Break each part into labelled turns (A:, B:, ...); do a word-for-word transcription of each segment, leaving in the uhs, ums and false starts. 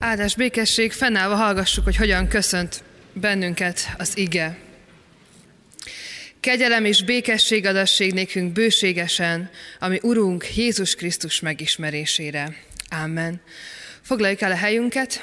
A: Áldás békesség, fennállva hallgassuk, hogy hogyan köszönt bennünket az ige. Kegyelem és békesség adassék nékünk bőségesen, ami Urunk Jézus Krisztus megismerésére. Ámen. Foglaljuk el a helyünket.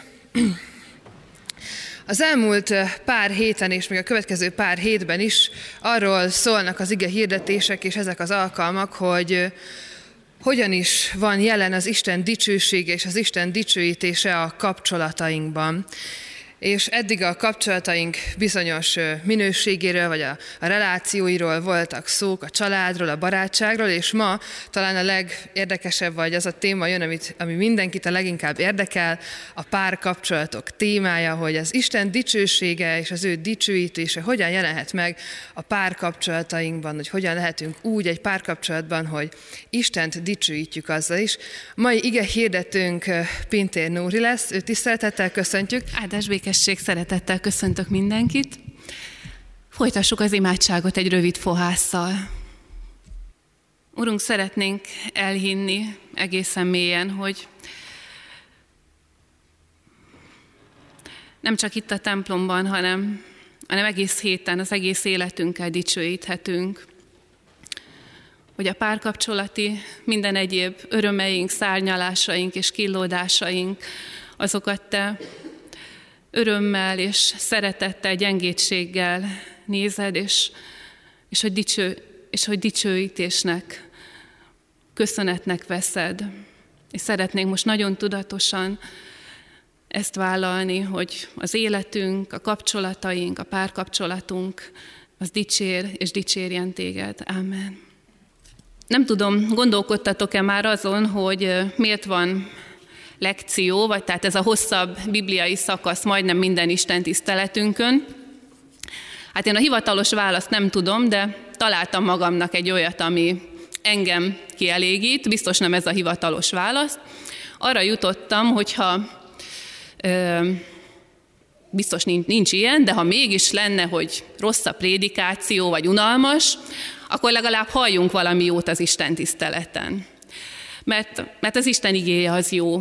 A: Az elmúlt pár héten és még a következő pár hétben is arról szólnak az ige hirdetések és ezek az alkalmak, hogy hogyan is van jelen az Isten dicsősége és az Isten dicsőítése a kapcsolatainkban. És eddig a kapcsolataink bizonyos minőségéről, vagy a, a relációiról voltak szók, a családról, a barátságról, és ma talán a legérdekesebb, vagy az a téma jön, amit, ami mindenkit a leginkább érdekel, a párkapcsolatok témája, hogy az Isten dicsősége és az ő dicsőítése hogyan jelenhet meg a párkapcsolatainkban, hogy hogyan lehetünk úgy egy párkapcsolatban, hogy Istent dicsőítjük azzal is. Mai ige hirdetőnk Pintér Nóri lesz, őt is szeretettel köszöntjük.
B: Áldás békesség, szeretettel köszöntök mindenkit. Folytassuk az imádságot egy rövid fohásszal. Urunk, szeretnénk elhinni egészen mélyen, hogy nem csak itt a templomban, hanem, hanem egész héten, az egész életünkkel dicsőíthetünk. Hogy a párkapcsolati, minden egyéb örömeink, szárnyalásaink és killódásaink, azokat Te örömmel és szeretettel, gyengétséggel nézed, és, és, hogy dicső, és hogy dicsőítésnek, köszönetnek veszed. És szeretnénk most nagyon tudatosan ezt vállalni, hogy az életünk, a kapcsolataink, a párkapcsolatunk, az dicsér és dicsérjen téged. Ámen. Nem tudom, gondolkodtatok-e már azon, hogy miért van lekció, vagy tehát ez a hosszabb bibliai szakasz majdnem minden Isten tiszteletünkön. Hát én a hivatalos választ nem tudom, de találtam magamnak egy olyat, ami engem kielégít, biztos nem ez a hivatalos válasz. Arra jutottam, hogyha ö, biztos nincs, nincs ilyen, de ha mégis lenne, hogy rossz a prédikáció, vagy unalmas, akkor legalább halljunk valami jót az Isten tiszteleten. Mert, mert az Isten igéje az jó.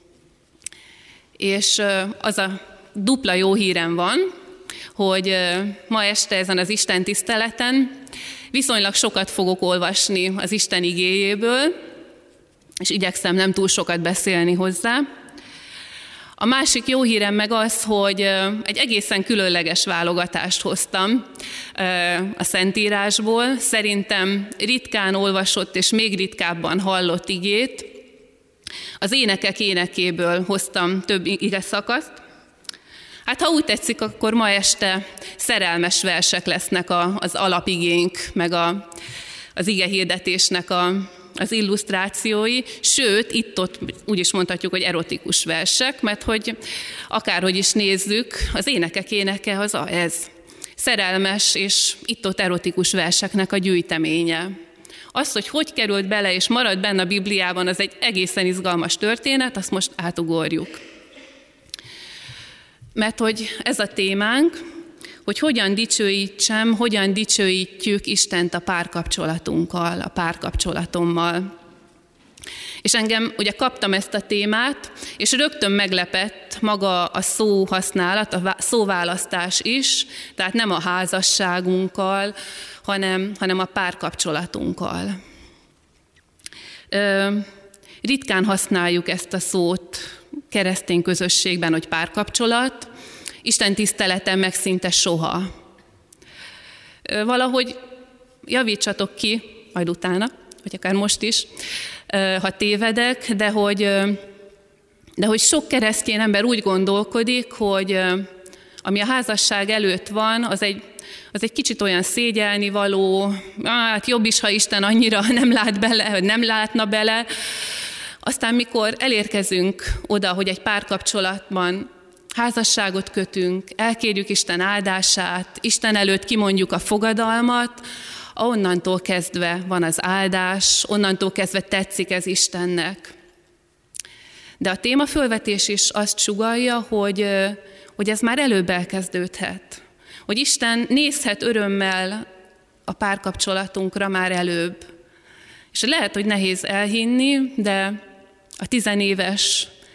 B: És az a dupla jó hírem van, hogy ma este ezen az Isten tiszteleten viszonylag sokat fogok olvasni az Isten igéjéből, és igyekszem nem túl sokat beszélni hozzá. A másik jó hírem meg az, hogy egy egészen különleges válogatást hoztam a Szentírásból. Szerintem ritkán olvasott és még ritkábban hallott igét. Az énekek énekéből hoztam több ige szakaszt. Hát ha úgy tetszik, akkor ma este szerelmes versek lesznek a, az alapigénk, meg a, az ige hirdetésnek a, az illusztrációi, sőt, itt-ott úgy is mondhatjuk, hogy erotikus versek, mert hogy akárhogy is nézzük, az énekek éneke az a, ez. Szerelmes és itt-ott erotikus verseknek a gyűjteménye. Az, hogy hogy került bele és marad benne a Bibliában, az egy egészen izgalmas történet, azt most átugorjuk. Mert hogy ez a témánk, hogy hogyan dicsőítsem, hogyan dicsőítjük Istent a párkapcsolatunkkal, a párkapcsolatommal. És engem, ugye kaptam ezt a témát, és rögtön meglepett maga a szóhasználat, a szóválasztás is, tehát nem a házasságunkkal, hanem, hanem a párkapcsolatunkkal. Ö, ritkán használjuk ezt a szót keresztény közösségben, hogy párkapcsolat, Isten tiszteleten meg szinte soha. Ö, valahogy javítsatok ki, majd utána, vagy akár most is, ö, ha tévedek, de hogy, ö, de hogy sok keresztény ember úgy gondolkodik, hogy ö, ami a házasság előtt van, az egy az egy kicsit olyan szégyelnivaló, hát jobb is, ha Isten annyira nem lát bele, hogy nem látna bele. Aztán mikor elérkezünk oda, hogy egy párkapcsolatban házasságot kötünk, elkérjük Isten áldását, Isten előtt kimondjuk a fogadalmat, onnantól kezdve van az áldás, onnantól kezdve tetszik ez Istennek. De a témafölvetés is azt sugallja, hogy, hogy ez már előbb elkezdődhet. Hogy Isten nézhet örömmel a párkapcsolatunkra már előbb. És lehet, hogy nehéz elhinni, de a tizenéves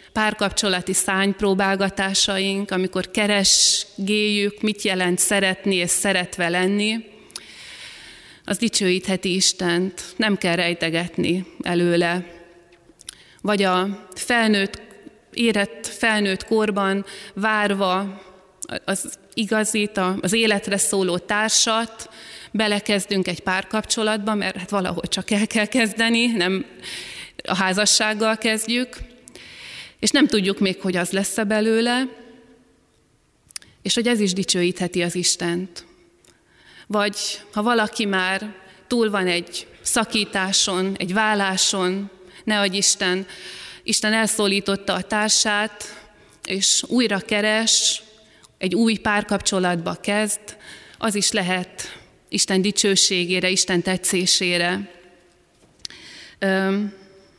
B: párkapcsolati szárnypróbálgatásaink, amikor keresgéljük, mit jelent szeretni és szeretve lenni, az dicsőítheti Istent, nem kell rejtegetni előle. Vagy a felnőtt, érett felnőtt korban várva az igazit, az életre szóló társat, belekezdünk egy párkapcsolatba, mert hát valahogy csak el kell kezdeni, nem a házassággal kezdjük, és nem tudjuk még, hogy az lesz-e belőle, és hogy ez is dicsőítheti az Istent. Vagy ha valaki már túl van egy szakításon, egy váláson, ne adj Isten, Isten elszólította a társát, és újra keres, egy új párkapcsolatba kezd, az is lehet Isten dicsőségére, Isten tetszésére. Üm,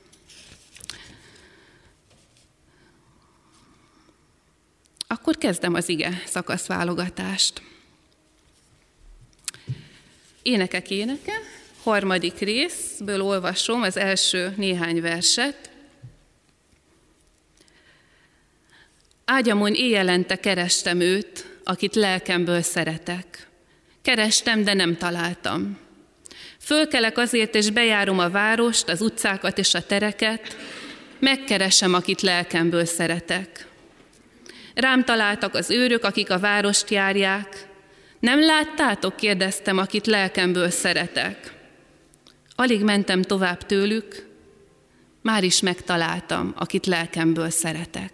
B: Akkor kezdem az ige szakaszválogatást. Énekek éneke, harmadik részből olvasom az első néhány verset. Ágyamon éjjelente kerestem őt, akit lelkemből szeretek. Kerestem, de nem találtam. Fölkelek azért, és bejárom a várost, az utcákat és a tereket, megkeresem, akit lelkemből szeretek. Rám találtak az őrök, akik a várost járják. Nem láttátok, kérdeztem, akit lelkemből szeretek. Alig mentem tovább tőlük, már is megtaláltam, akit lelkemből szeretek.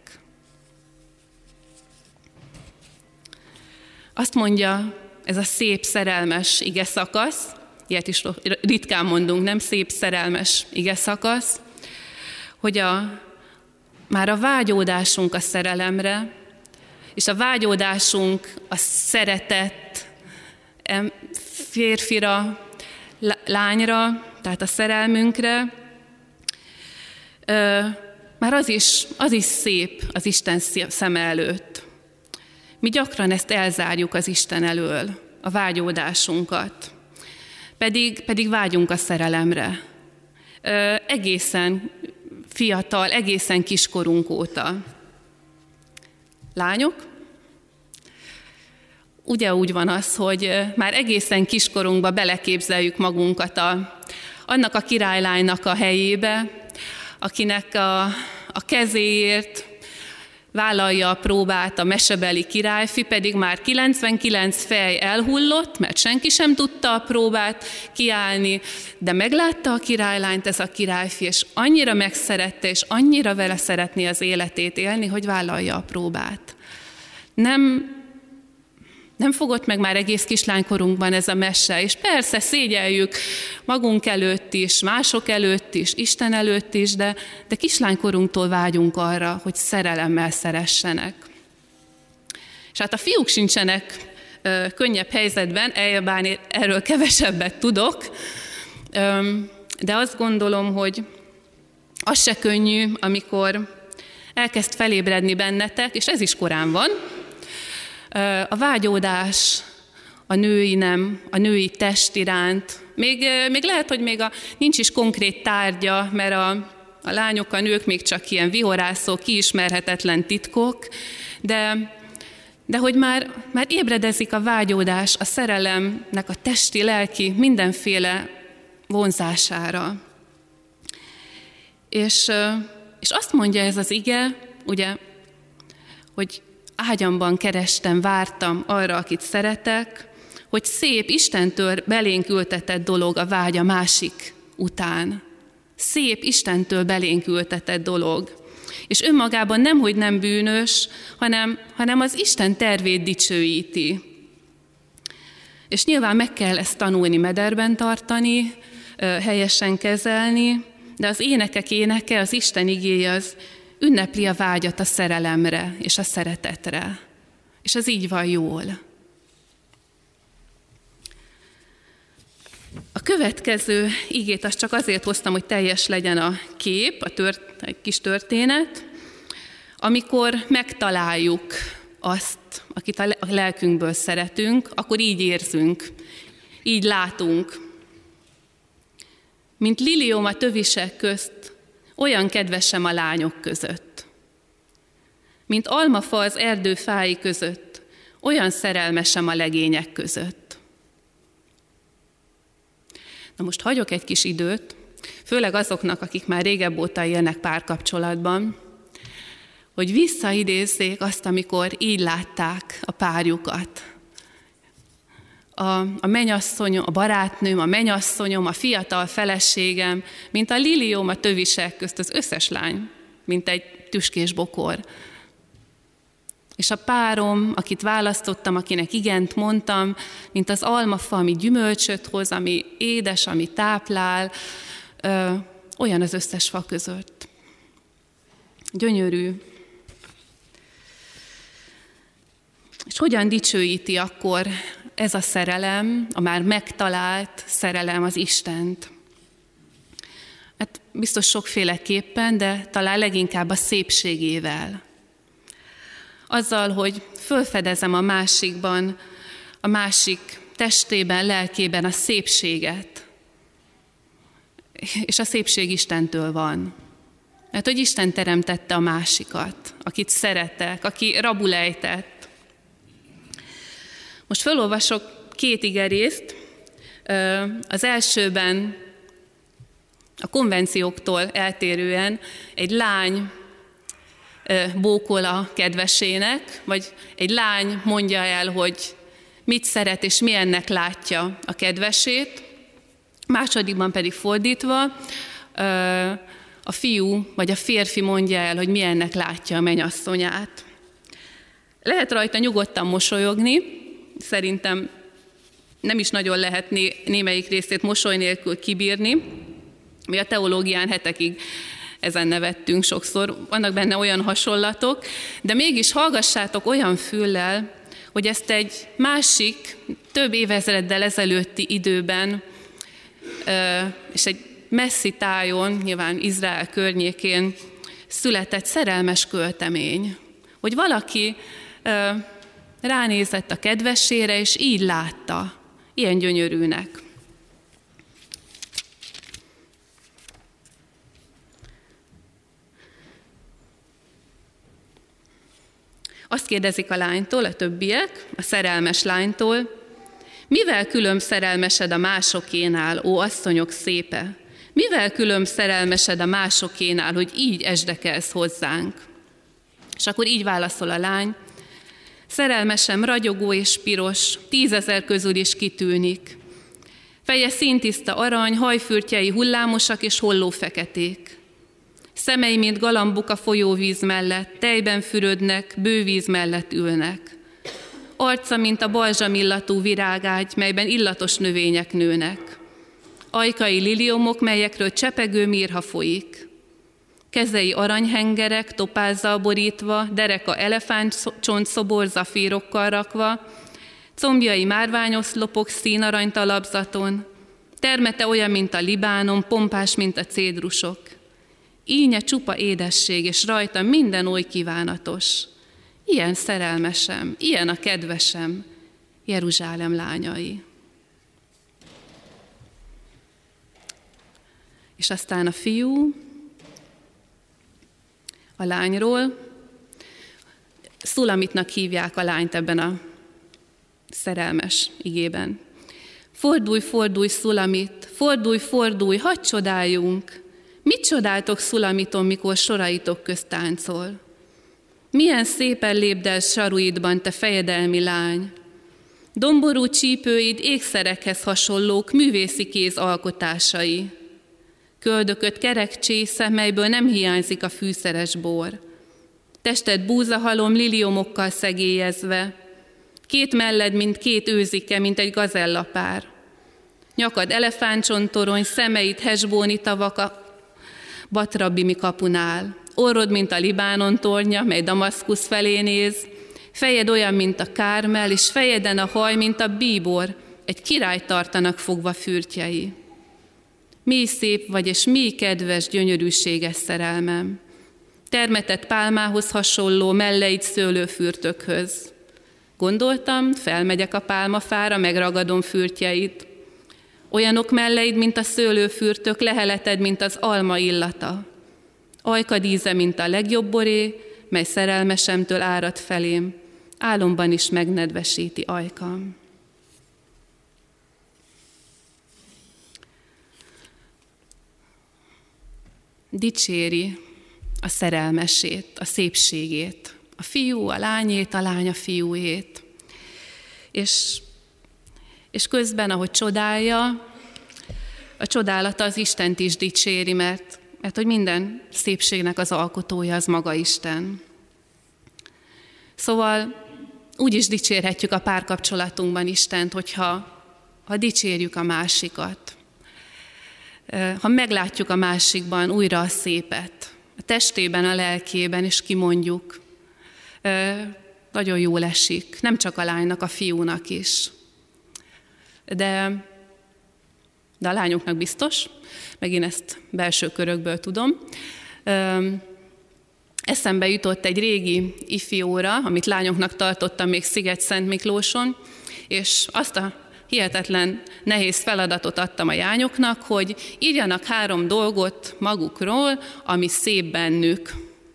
B: Azt mondja ez a szép, szerelmes ige szakasz, ilyet is ritkán mondunk, nem szép, szerelmes ige szakasz, hogy a, már a vágyódásunk a szerelemre, és a vágyódásunk a szeretett férfira, lányra, tehát a szerelmünkre, már az is, az is szép az Isten szeme előtt. Mi gyakran ezt elzárjuk az Isten elől, a vágyódásunkat. Pedig, pedig vágyunk a szerelemre. Egészen fiatal, egészen kiskorunk óta. Lányok? Ugye úgy van az, hogy már egészen kiskorunkba beleképzeljük magunkat a, annak a királylánynak a helyébe, akinek a, a kezéért vállalja a próbát a mesebeli királyfi, pedig már kilencvenkilenc fej elhullott, mert senki sem tudta a próbát kiállni, de meglátta a királylányt ez a királyfi, és annyira megszerette, és annyira vele szeretné az életét élni, hogy vállalja a próbát. Nem, nem fogott meg már egész kislánykorunkban ez a mese, és persze szégyeljük magunk előtt is, mások előtt is, Isten előtt is, de, de kislánykorunktól vágyunk arra, hogy szerelemmel szeressenek. És hát a fiúk sincsenek ö, könnyebb helyzetben, eljebán erről kevesebbet tudok, ö, de azt gondolom, hogy az se könnyű, amikor elkezd felébredni bennetek, és ez is korán van, a vágyódás a női nem, a női test iránt. Még, még lehet, hogy még a, nincs is konkrét tárgya, mert a, a lányok, a nők még csak ilyen vihorászó, kiismerhetetlen titkok, de, de hogy már, már ébredezik a vágyódás a szerelemnek a testi, lelki, mindenféle vonzására. És, és azt mondja ez az ige, ugye, hogy ágyamban kerestem, vártam arra, akit szeretek, hogy szép, Istentől belénk ültetett dolog a vágy a másik után. Szép, Istentől belénk ültetett dolog. És önmagában nemhogy nem bűnös, hanem, hanem az Isten tervét dicsőíti. És nyilván meg kell ezt tanulni, mederben tartani, helyesen kezelni, de az énekek éneke, az Isten igéje az ünnepli a vágyat a szerelemre és a szeretetre. És az így van jól. A következő igét azt csak azért hoztam, hogy teljes legyen a kép, a tört, egy kis történet, amikor megtaláljuk azt, akit a lelkünkből szeretünk, akkor így érzünk, így látunk. Mint liliom a tövisek közt, olyan kedvesem a lányok között. Mint almafa az erdő fái között, olyan szerelmesem a legények között. Na most hagyok egy kis időt, főleg azoknak, akik már régebb óta élnek párkapcsolatban, hogy visszaidézzék azt, amikor így látták a párjukat. A, a mennyasszonyom, a barátnőm, a mennyasszonyom, a fiatal feleségem, mint a lilióm a tövisek közt, az összes lány, mint egy tüskés bokor. És a párom, akit választottam, akinek igent mondtam, mint az almafa, ami gyümölcsöt hoz, ami édes, ami táplál, ö, olyan az összes fa között. Gyönyörű. És hogyan dicsőíti akkor ez a szerelem, a már megtalált szerelem az Istent? Hát biztos sokféleképpen, de talán leginkább a szépségével. Azzal, hogy fölfedezem a másikban, a másik testében, lelkében a szépséget. És a szépség Istentől van. Mert hogy Isten teremtette a másikat, akit szeretek, aki rabul ejtett. Most felolvasok két igerészt. Az elsőben a konvencióktól eltérően egy lány bókol a kedvesének, vagy egy lány mondja el, hogy mit szeret és milyennek látja a kedvesét. Másodikban pedig fordítva, a fiú vagy a férfi mondja el, hogy milyennek látja a mennyasszonyát. Lehet rajta nyugodtan mosolyogni, szerintem nem is nagyon lehet némelyik részét mosoly nélkül kibírni. Mi a teológián hetekig ezen nevettünk sokszor, vannak benne olyan hasonlatok, de mégis hallgassátok olyan füllel, hogy ezt egy másik, több évezreddel ezelőtti időben, és egy messzi tájon, nyilván Izrael környékén született szerelmes költemény, hogy valaki ránézett a kedvesére, és így látta, ilyen gyönyörűnek. Azt kérdezik a lánytól, a többiek, a szerelmes lánytól, mivel különb szerelmesed a másokénál, ó asszonyok szépe? Mivel különb szerelmesed a másokénál, hogy így esdekelsz hozzánk? És akkor így válaszol a lány, szerelmesem ragyogó és piros, tízezer közül is kitűnik. Feje színtiszta arany, hajfürtjei hullámosak és hollófeketék. Szemei, mint galambok a folyóvíz mellett, tejben fürödnek, bővíz mellett ülnek. Arca, mint a balzsamillatú virágágy, melyben illatos növények nőnek. Ajkai liliomok, melyekről csepegő mirha folyik. Kezei aranyhengerek, topázzal borítva, dereka elefántcsont zafírokkal rakva, combjai márványoszlopok színaranytalapzaton, termete olyan, mint a Libánon, pompás, mint a cédrusok. Ínye csupa édesség, és rajta minden oly kívánatos. Ilyen szerelmesem, ilyen a kedvesem, Jeruzsálem lányai. És aztán a fiú, a lányról, Szulamitnak hívják a lányt ebben a szerelmes igében. Fordulj, fordulj, Szulamit, fordulj, fordulj, hadd csodáljunk! Mit csodáltok Szulamiton, mikor soraitok közt táncol? Milyen szépen lépdelsz saruidban, te fejedelmi lány! Domború csípőid ékszerekhez hasonlók, művészi kéz alkotásai. Köldököt kerek csésze, melyből nem hiányzik a fűszeres bor. Tested búzahalom liliomokkal szegélyezve. Két melled, mint két őzike, mint egy gazellapár. Nyakad elefántcsontorony, szemeid hesbóni tavak a Batrabimi kapunál. Orrod, mint a Libánon tornya, mely Damaszkusz felé néz. Fejed olyan, mint a Kármel, és fejeden a haj, mint a bíbor, egy király tartanak fogva fürtjei. Mi szép vagy, és mi kedves, gyönyörűséges szerelmem. Termetett pálmához hasonló melleid szőlőfürtökhöz. Gondoltam, felmegyek a pálmafára, megragadom fürtjeit. Olyanok melleid, mint a szőlőfürtök, leheleted, mint az alma illata. Ajkad íze, mint a legjobb boré, mely szerelmesemtől árad felém, álomban is megnedvesíti ajkam. Dicséri a szerelmesét, a szépségét, a fiú, a lányét, a lány a fiújét. És, és közben, ahogy csodálja, a csodálata az Istent is dicséri, mert, mert hogy minden szépségnek az alkotója az maga Isten. Szóval úgy is dicsérhetjük a párkapcsolatunkban Istent, hogyha ha dicsérjük a másikat. Ha meglátjuk a másikban újra a szépet, a testében, a lelkében, és kimondjuk, nagyon jól esik, nem csak a lánynak, a fiúnak is. De, de a lányoknak biztos, meg én ezt belső körökből tudom. Eszembe jutott egy régi ifjóra, amit lányoknak tartottam még Sziget-Szent Miklóson, és azt a hihetetlen nehéz feladatot adtam a lányoknak, hogy írjanak három dolgot magukról, ami szép bennük.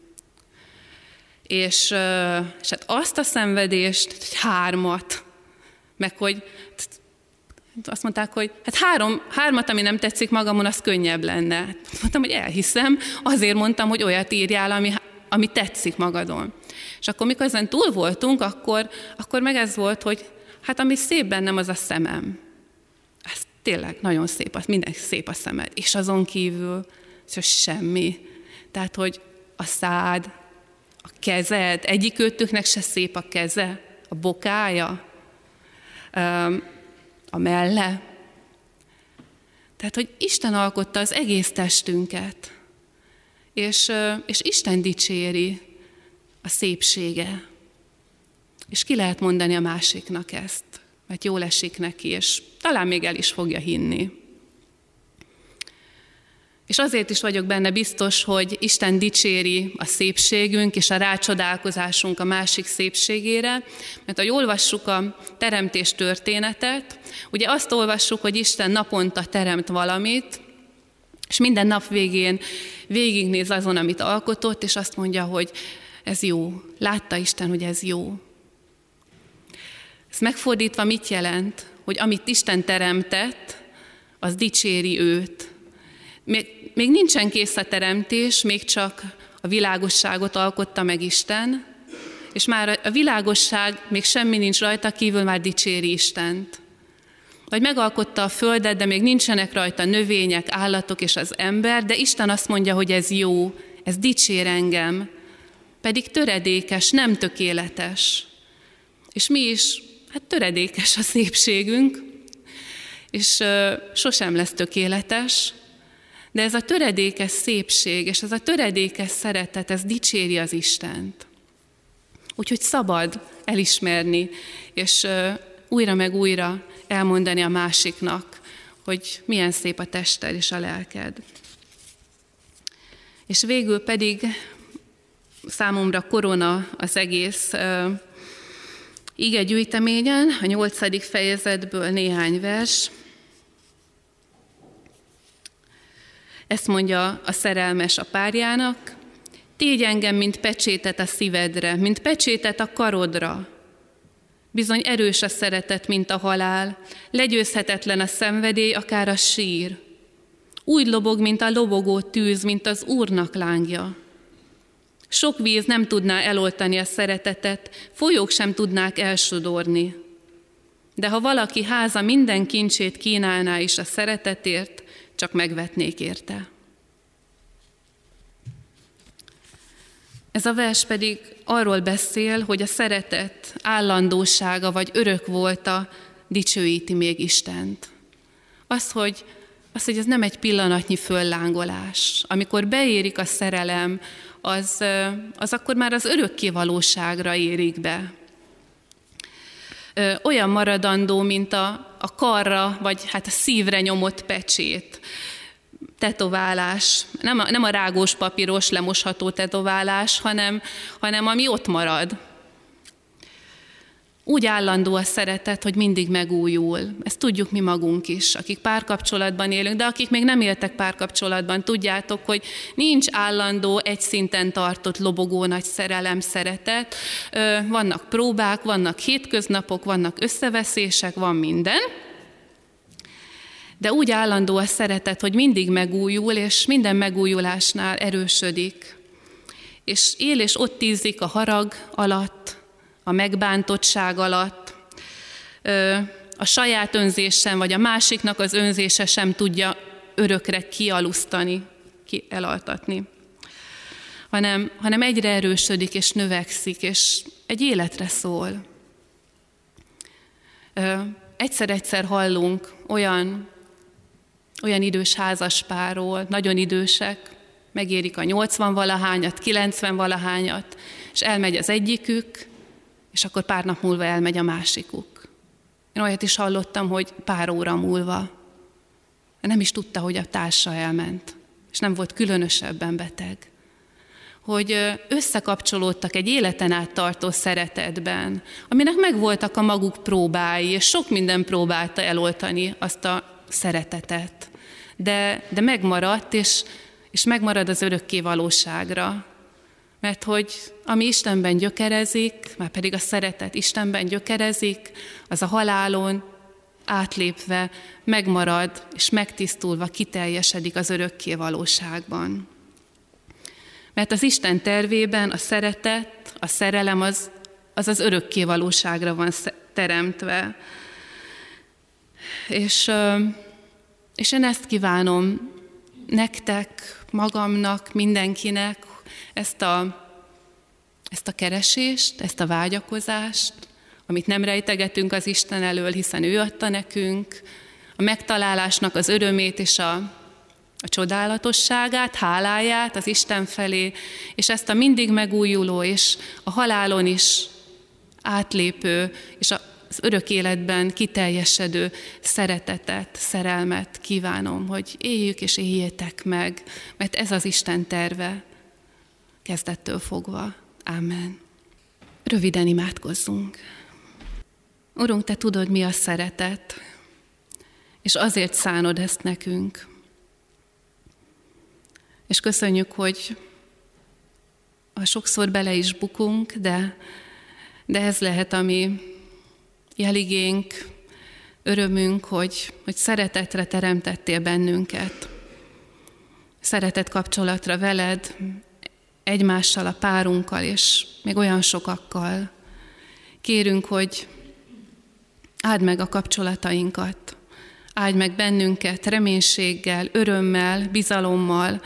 B: És, és hát azt a szenvedést, hogy hármat, meg hogy azt mondták, hogy hát három, hármat, ami nem tetszik magamon, az könnyebb lenne. Mondtam, hogy elhiszem, azért mondtam, hogy olyat írjál, ami, ami tetszik magadon. És akkor mikor ezen túl voltunk, akkor, akkor meg ez volt, hogy hát ami szép bennem, az a szemem. Ez tényleg nagyon szép, az mindenki szép a szemed. És azon kívül, hogy semmi. Tehát, hogy a szád, a kezed, egyik ötöknek se szép a keze, a bokája, a melle. Tehát, hogy Isten alkotta az egész testünket, és, és Isten dicséri a szépsége. És ki lehet mondani a másiknak ezt, mert jól esik neki, és talán még el is fogja hinni. És azért is vagyok benne biztos, hogy Isten dicséri a szépségünk és a rácsodálkozásunk a másik szépségére, mert ha olvassuk a teremtés történetet, ugye azt olvassuk, hogy Isten naponta teremt valamit, és minden nap végén végignéz azon, amit alkotott, és azt mondja, hogy ez jó. Látta Isten, hogy ez jó. Ez megfordítva mit jelent? Hogy amit Isten teremtett, az dicséri őt. Még, még nincsen kész a teremtés, még csak a világosságot alkotta meg Isten, és már a világosság, még semmi nincs rajta, kívül már dicséri Istent. Vagy megalkotta a földet, de még nincsenek rajta növények, állatok és az ember, de Isten azt mondja, hogy ez jó, ez dicsér engem, pedig töredékes, nem tökéletes. És mi is, hát töredékes a szépségünk, és uh, sosem lesz tökéletes, de ez a töredékes szépség, és ez a töredékes szeretet, ez dicséri az Istent. Úgyhogy szabad elismerni, és uh, újra meg újra elmondani a másiknak, hogy milyen szép a tested és a lelked. És végül pedig számomra korona az egész uh, ige gyűjteményen, a nyolcadik fejezetből néhány vers. Ezt mondja a szerelmes a párjának: tégy engem, mint pecsétet a szívedre, mint pecsétet a karodra. Bizony erős a szeretet, mint a halál, legyőzhetetlen a szenvedély, akár a sír. Úgy lobog, mint a lobogó tűz, mint az Úrnak lángja. Sok víz nem tudná eloltani a szeretetet, folyók sem tudnák elsodorni. De ha valaki háza minden kincsét kínálná is a szeretetért, csak megvetnék érte. Ez a vers pedig arról beszél, hogy a szeretet állandósága vagy örök volta dicsőíti még Istent. Az, hogy, az, hogy ez nem egy pillanatnyi föllángolás. Amikor beérik a szerelem, az, az akkor már az örökkévalóságra érik be. Olyan maradandó, mint a, a karra, vagy hát a szívre nyomott pecsét. Tetoválás. Nem a, nem a rágós papíros, lemosható tetoválás, hanem, hanem ami ott marad. Úgy állandó a szeretet, hogy mindig megújul. Ezt tudjuk mi magunk is, akik párkapcsolatban élünk, de akik még nem éltek párkapcsolatban, tudjátok, hogy nincs állandó, egy szinten tartott, lobogó nagy szerelem, szeretet. Vannak próbák, vannak hétköznapok, vannak összeveszések, van minden. De úgy állandó a szeretet, hogy mindig megújul, és minden megújulásnál erősödik. És él és ott ízik a harag alatt, a megbántottság alatt, a saját önzésen, vagy a másiknak az önzése sem tudja örökre kialusztani, ki elaltatni, hanem, hanem egyre erősödik és növekszik, és egy életre szól. Egyszer-egyszer hallunk olyan, olyan idős házaspárról, nagyon idősek, megérik a nyolcvan-valahányat, kilencven-valahányat, és elmegy az egyikük, és akkor pár nap múlva elmegy a másikuk. Én olyat is hallottam, hogy pár óra múlva. Nem is tudta, hogy a társa elment, és nem volt különösebben beteg. Hogy összekapcsolódtak egy életen át tartó szeretetben, aminek megvoltak a maguk próbái, és sok minden próbálta eloltani azt a szeretetet. De, de megmaradt, és, és megmarad az örökké valóságra. Mert hogy ami Istenben gyökerezik, már pedig a szeretet Istenben gyökerezik, az a halálon átlépve megmarad, és megtisztulva kiteljesedik az örökké valóságban. Mert az Isten tervében a szeretet, a szerelem az az, az örökké valóságra van teremtve. És, és én ezt kívánom nektek, magamnak, mindenkinek, ezt a, ezt a keresést, ezt a vágyakozást, amit nem rejtegetünk az Isten elől, hiszen ő adta nekünk, a megtalálásnak az örömét és a, a csodálatosságát, háláját az Isten felé, és ezt a mindig megújuló és a halálon is átlépő, és az örök életben kiteljesedő szeretetet, szerelmet kívánom, hogy éljük és éljétek meg, mert ez az Isten terve, kezdettől fogva. Ámen. Röviden imádkozzunk. Urunk, Te tudod, mi a szeretet, és azért szánod ezt nekünk. És köszönjük, hogy ha sokszor bele is bukunk, de, de ez lehet a mi jeligénk, örömünk, hogy, hogy szeretetre teremtettél bennünket. Szeretet kapcsolatra veled, egymással, a párunkkal, és még olyan sokakkal. Kérünk, hogy áld meg a kapcsolatainkat, áld meg bennünket reménységgel, örömmel, bizalommal,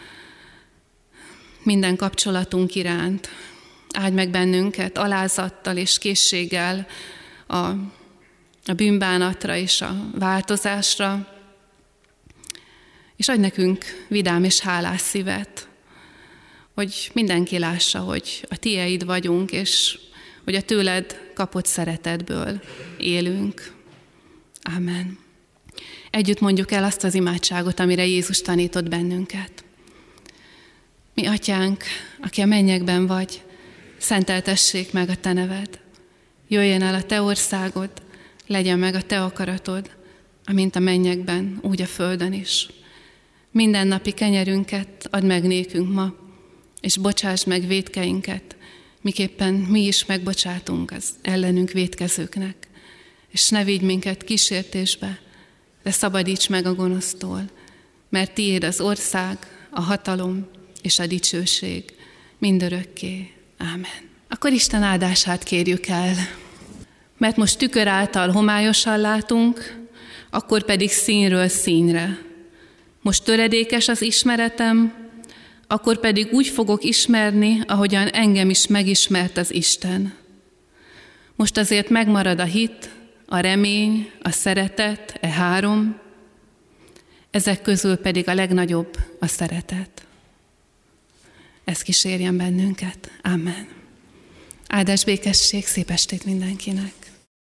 B: minden kapcsolatunk iránt. Áld meg bennünket alázattal és készséggel a, a bűnbánatra és a változásra, és adj nekünk vidám és hálás szívet, hogy mindenki lássa, hogy a tieid vagyunk, és hogy a tőled kapott szeretetből élünk. Ámen. Együtt mondjuk el azt az imádságot, amire Jézus tanított bennünket. Mi atyánk, aki a mennyekben vagy, szenteltessék meg a te neved. Jöjjön el a te országod, legyen meg a te akaratod, amint a mennyekben, úgy a földön is. Minden napi kenyerünket add meg nékünk ma, és bocsáss meg vétkeinket, miképpen mi is megbocsátunk az ellenünk vétkezőknek. És ne vigy minket kísértésbe, de szabadíts meg a gonosztól, mert tiéd az ország, a hatalom és a dicsőség mindörökké. Ámen. Akkor Isten áldását kérjük el, mert most tükör által homályosan látunk, akkor pedig színről színre. Most töredékes az ismeretem, akkor pedig úgy fogok ismerni, ahogyan engem is megismert az Isten. Most azért megmarad a hit, a remény, a szeretet, e három, ezek közül pedig a legnagyobb a szeretet. Ez kísérjen bennünket. Amen. Áldás, békesség, szép estét mindenkinek!